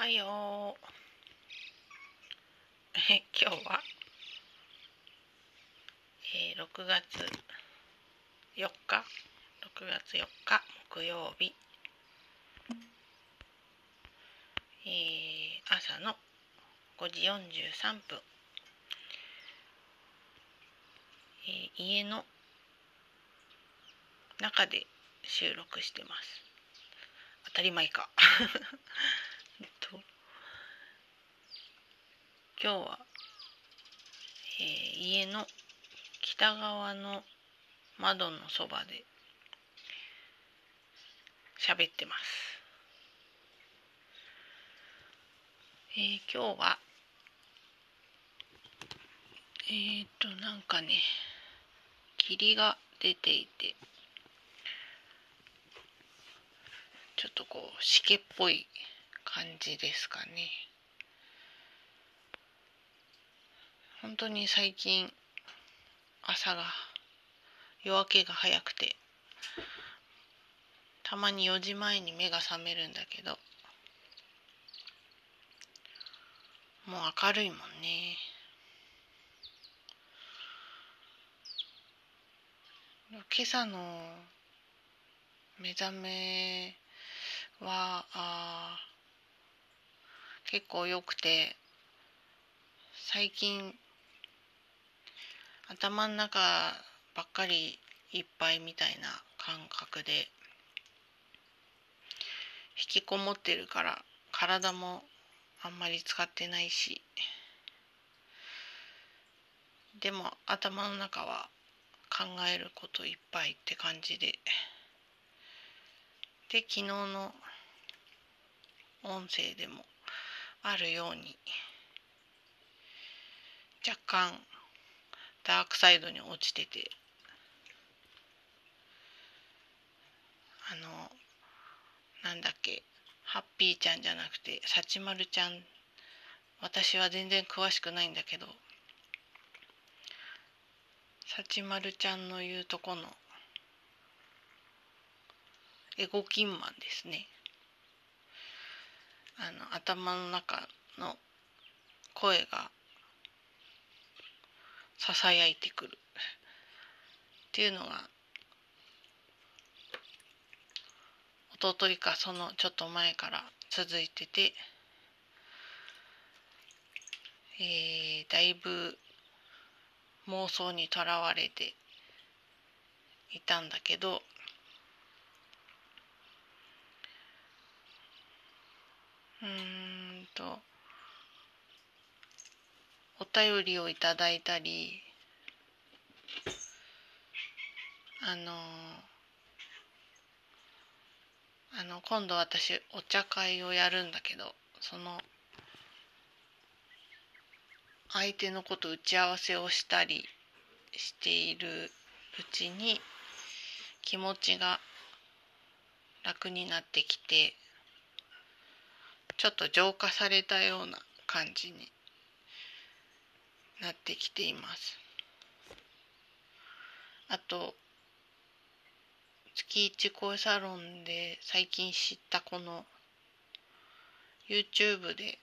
はよう。今日は、6月4日木曜日、朝の5時43分、家の中で収録してます。当たり前か。今日は、家の北側の窓のそばで喋ってます。今日はなんかね、霧が出ていて、ちょっとこうしけっぽい感じですかね。本当に最近夜明けが早くて、たまに4時前に目が覚めるんだけど、もう明るいもんね。今朝の目覚めは結構良くて、最近頭の中ばっかりいっぱいみたいな感覚で引きこもってるから、体もあんまり使ってないし、でも頭の中は考えることいっぱいって感じで、昨日の音声でもあるように、若干ダークサイドに落ちてて、なんだっけ、ハッピーちゃんじゃなくてさちまるちゃん、私は全然詳しくないんだけど、さちまるちゃんの言うとこのエゴキンマンですね。頭の中の声がささやいてくるっていうのが、一昨日かそのちょっと前から続いてて、だいぶ妄想にとらわれていたんだけど、お便りをいただいたり、今度私お茶会をやるんだけど、その相手のこと打ち合わせをしたりしているうちに気持ちが楽になってきて、ちょっと浄化されたような感じになってきています。あと、月一声サロンで最近知ったこの YouTube で、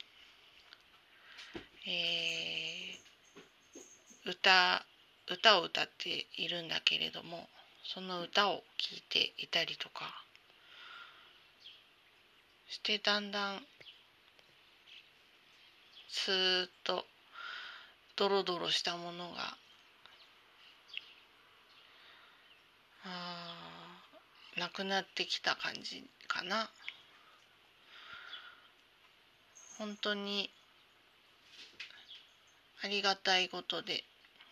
歌を歌っているんだけれども、その歌を聴いていたりとかして、だんだんスーッとドロドロしたものがなくなってきた感じかな。本当にありがたいことで、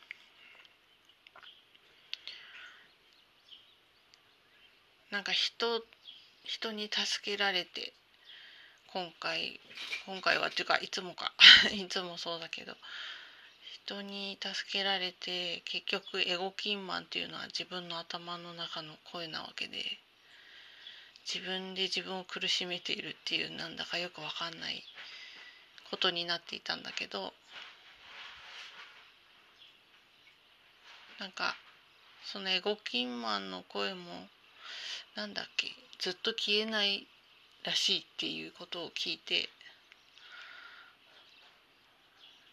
なんか人に助けられて、今回はっていうか、いつもいつもそうだけど、人に助けられて、結局エゴキンマンっていうのは自分の頭の中の声なわけで、自分で自分を苦しめているっていう、なんだかよくわかんないことになっていたんだけど、なんかそのエゴキンマンの声もなんだっけ、ずっと消えないらしいっていうことを聞いて、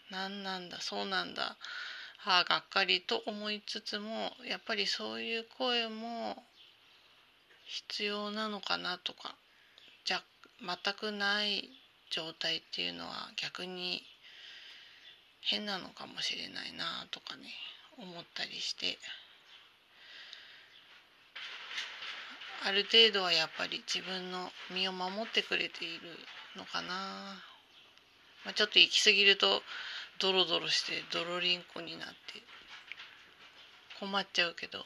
なんなんだそうなんだ、ああがっかりと思いつつも、やっぱりそういう声も必要なのかなとか、じゃ全くない状態っていうのは逆に変なのかもしれないなとかね、思ったりして、ある程度はやっぱり自分の身を守ってくれているのかな。ちょっと行き過ぎるとドロドロしてドロリンコになって困っちゃうけど、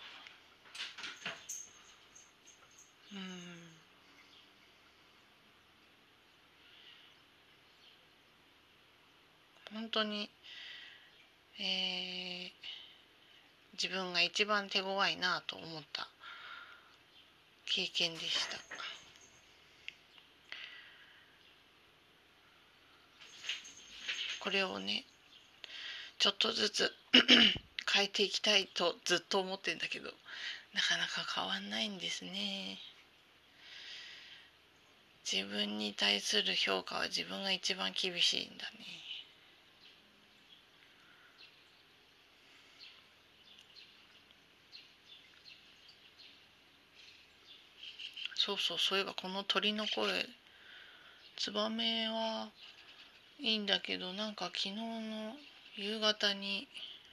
本当に、自分が一番手強いなと思った経験でした。これをね、ちょっとずつ変えていきたいとずっと思ってんだけど、なかなか変わんないんですね。自分に対する評価は自分が一番厳しいんだね。そういえばこの鳥の声、ツバメはいいんだけど、なんか昨日の夕方に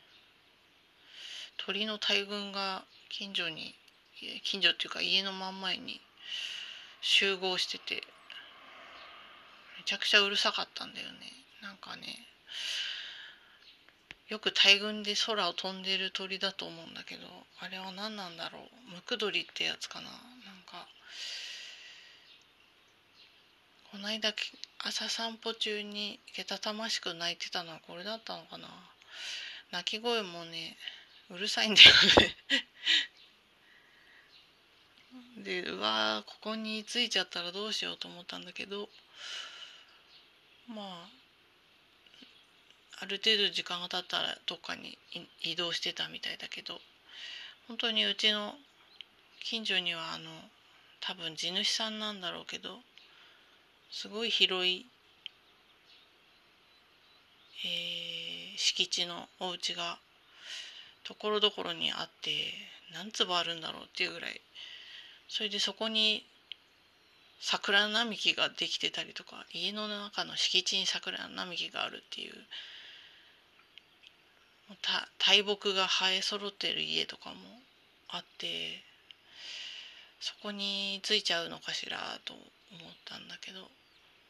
鳥の大群が近所っていうか家の真ん前に集合してて、めちゃくちゃうるさかったんだよね。なんかね、よく大群で空を飛んでる鳥だと思うんだけど、あれは何なんだろう。ムクドリってやつかな。なんかこないだ朝散歩中にけたたましく鳴いてたのはこれだったのかな。鳴き声もね、うるさいんだよねで、ここに着いちゃったらどうしようと思ったんだけど、ある程度時間が経ったらどっかに移動してたみたいだけど、本当にうちの近所には多分地主さんなんだろうけど、すごい広い、敷地のお家がところどころにあって、何坪あるんだろうっていうぐらい、それでそこに桜並木ができてたりとか、家の中の敷地に桜並木があるっていう、大木が生え揃ってる家とかもあって、そこに着いちゃうのかしらと思ったんだけど、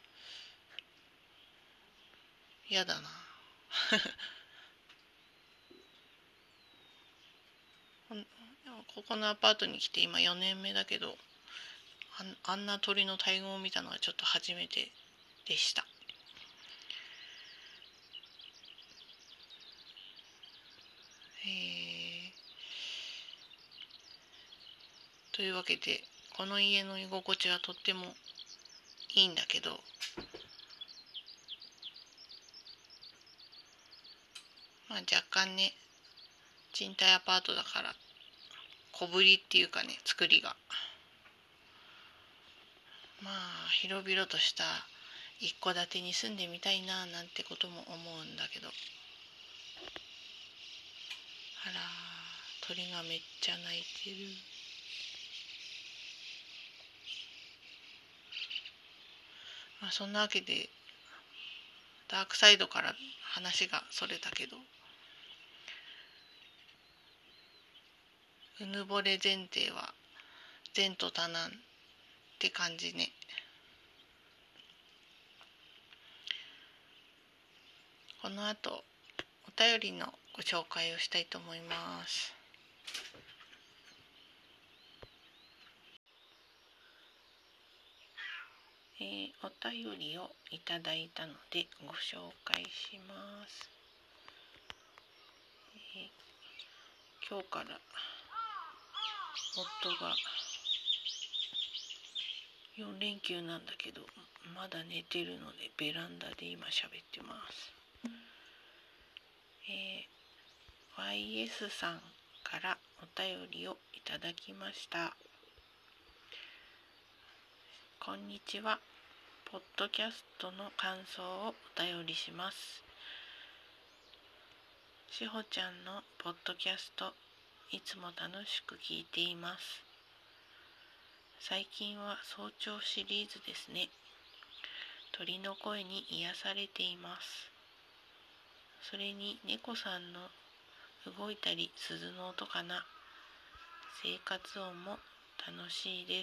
嫌だなここのアパートに来て今4年目だけど、あんな鳥の大群を見たのはちょっと初めてでした。というわけで、この家の居心地はとってもいいんだけど、若干ね、賃貸アパートだから小ぶりっていうかね、作りが広々とした一戸建てに住んでみたいななんてことも思うんだけど、あら、鳥がめっちゃ鳴いてる。そんなわけでダークサイドから話がそれたけど、うぬぼれ前提は前途多難って感じね。この後お便りのご紹介をしたいと思います。お便りをいただいたのでご紹介します。今日から夫が4連休なんだけどまだ寝てるのでベランダで今喋ってます。YS さんからお便りをいただきました。こんにちは。ポッドキャストの感想をお便りします。 しほちゃんのポッドキャスト、いつも楽しく聞いています。最近は早朝シリーズですね。鳥の声に癒されています。それに猫さんの動いたり鈴の音かな。生活音も楽しいです。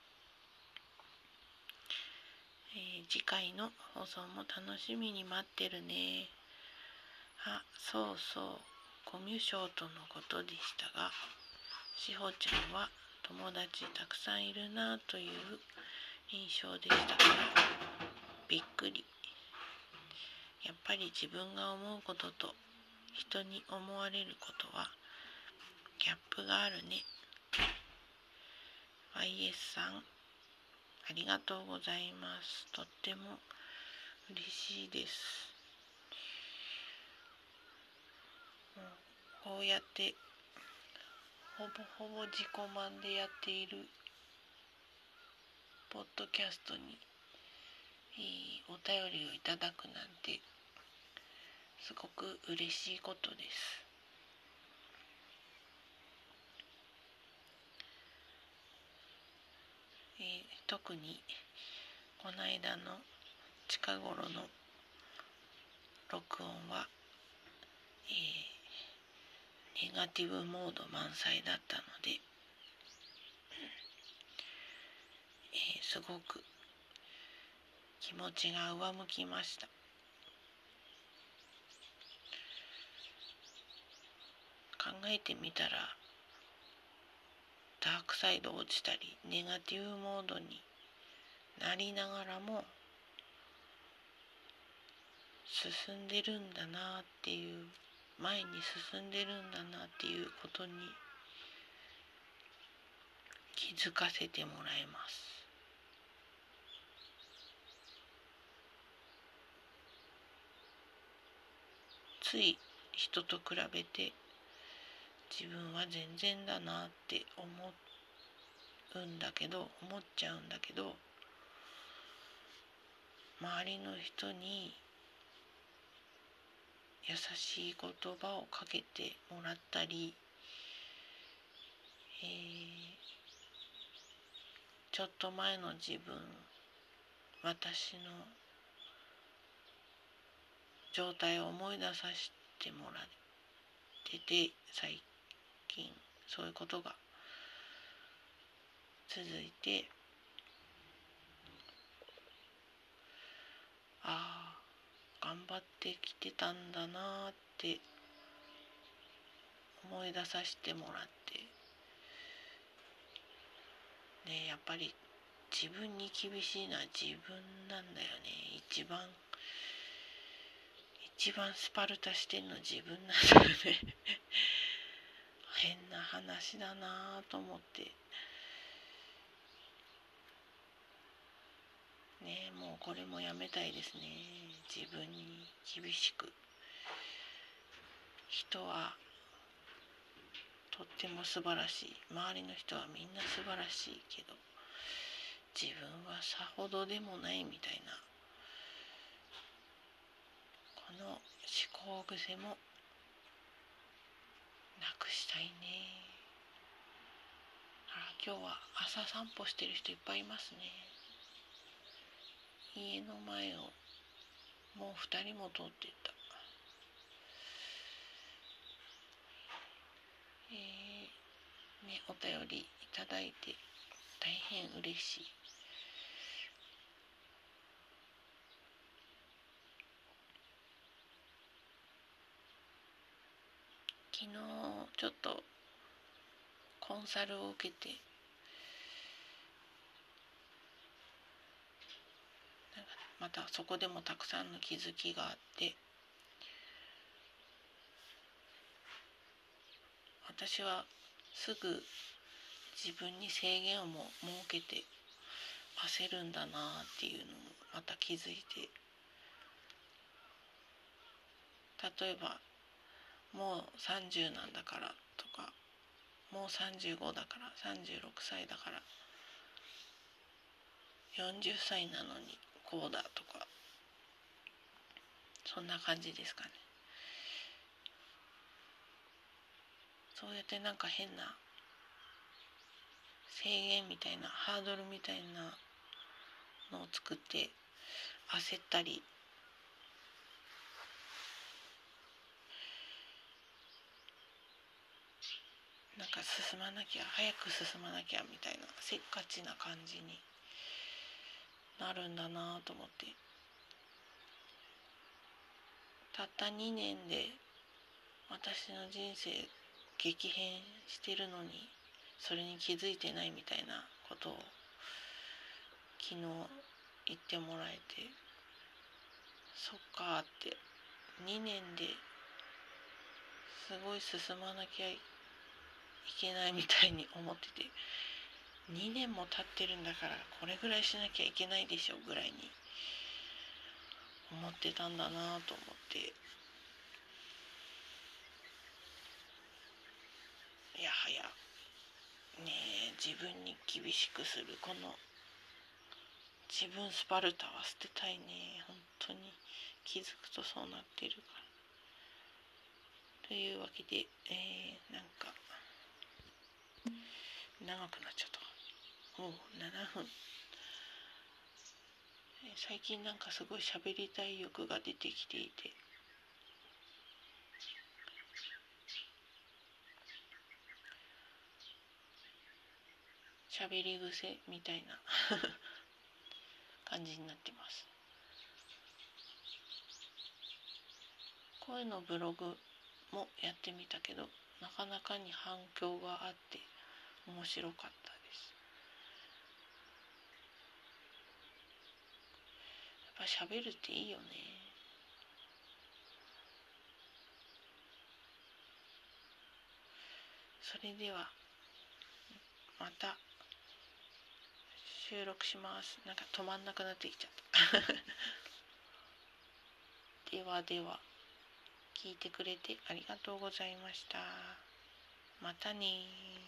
次回の放送も楽しみに待ってるね。そうそう、コミュ障とのことでしたが、しほちゃんは友達たくさんいるなという印象でしたからびっくり。やっぱり自分が思うことと人に思われることはギャップがあるね。YS さん、ありがとうございます。とっても嬉しいです。こうやってほぼ自己満でやっているポッドキャストにお便りをいただくなんてすごく嬉しいことです。特にこの間の近頃の録音は、ネガティブモード満載だったので、すごく気持ちが上向きました。考えてみたらダークサイド落ちたりネガティブモードになりながらも進んでるんだなっていう、前に進んでるんだなっていうことに気づかせてもらえます。つい人と比べて自分は全然だなって思っちゃうんだけど、周りの人に優しい言葉をかけてもらったり、ちょっと前の自分、私の状態を思い出させてもらってて、最近そういうことが続いて、頑張ってきてたんだなって思い出させてもらってね。やっぱり自分に厳しいのは自分なんだよね。一番スパルタしてんの自分なんだよね変な話だなと思ってね。もうこれもやめたいですね。自分に厳しく。人はとっても素晴らしい、周りの人はみんな素晴らしいけど自分はさほどでもないみたいな、この思考癖もなくしたいね。今日は朝散歩してる人いっぱいいますね。家の前をもう2人も通っていた。お便りいただいて大変嬉しい。昨日ちょっとコンサルを受けて、またそこでもたくさんの気づきがあって、私はすぐ自分に制限をも設けて焦るんだなっていうのもまた気づいて、例えばもう30なんだからとか、もう35だから36歳だから40歳なのにこうだとか、そんな感じですかね。 そうやってなんか変な制限みたいなハードルみたいなのを作って焦ったり、なんか進まなきゃ、早く進まなきゃみたいなせっかちな感じになるんだなと思って、たった2年で私の人生激変してるのにそれに気づいてないみたいなことを昨日言ってもらえて、そっかって2年ですごい進まなきゃいけないみたいに思ってて、2年も経ってるんだからこれぐらいしなきゃいけないでしょぐらいに思ってたんだなと思って、いやはやねえ、自分に厳しくするこの自分スパルタは捨てたいね。本当に気づくとそうなってるから。というわけで、なんか長くなっちゃった。もう7分。最近なんかすごい喋りたい欲が出てきていて、喋り癖みたいな感じになってます。声のブログもやってみたけど、なかなかに反響があって面白かったです。やっぱ喋るっていいよね。それではまた収録します。なんか止まんなくなってきちゃったではでは、聞いてくれてありがとうございました。またね。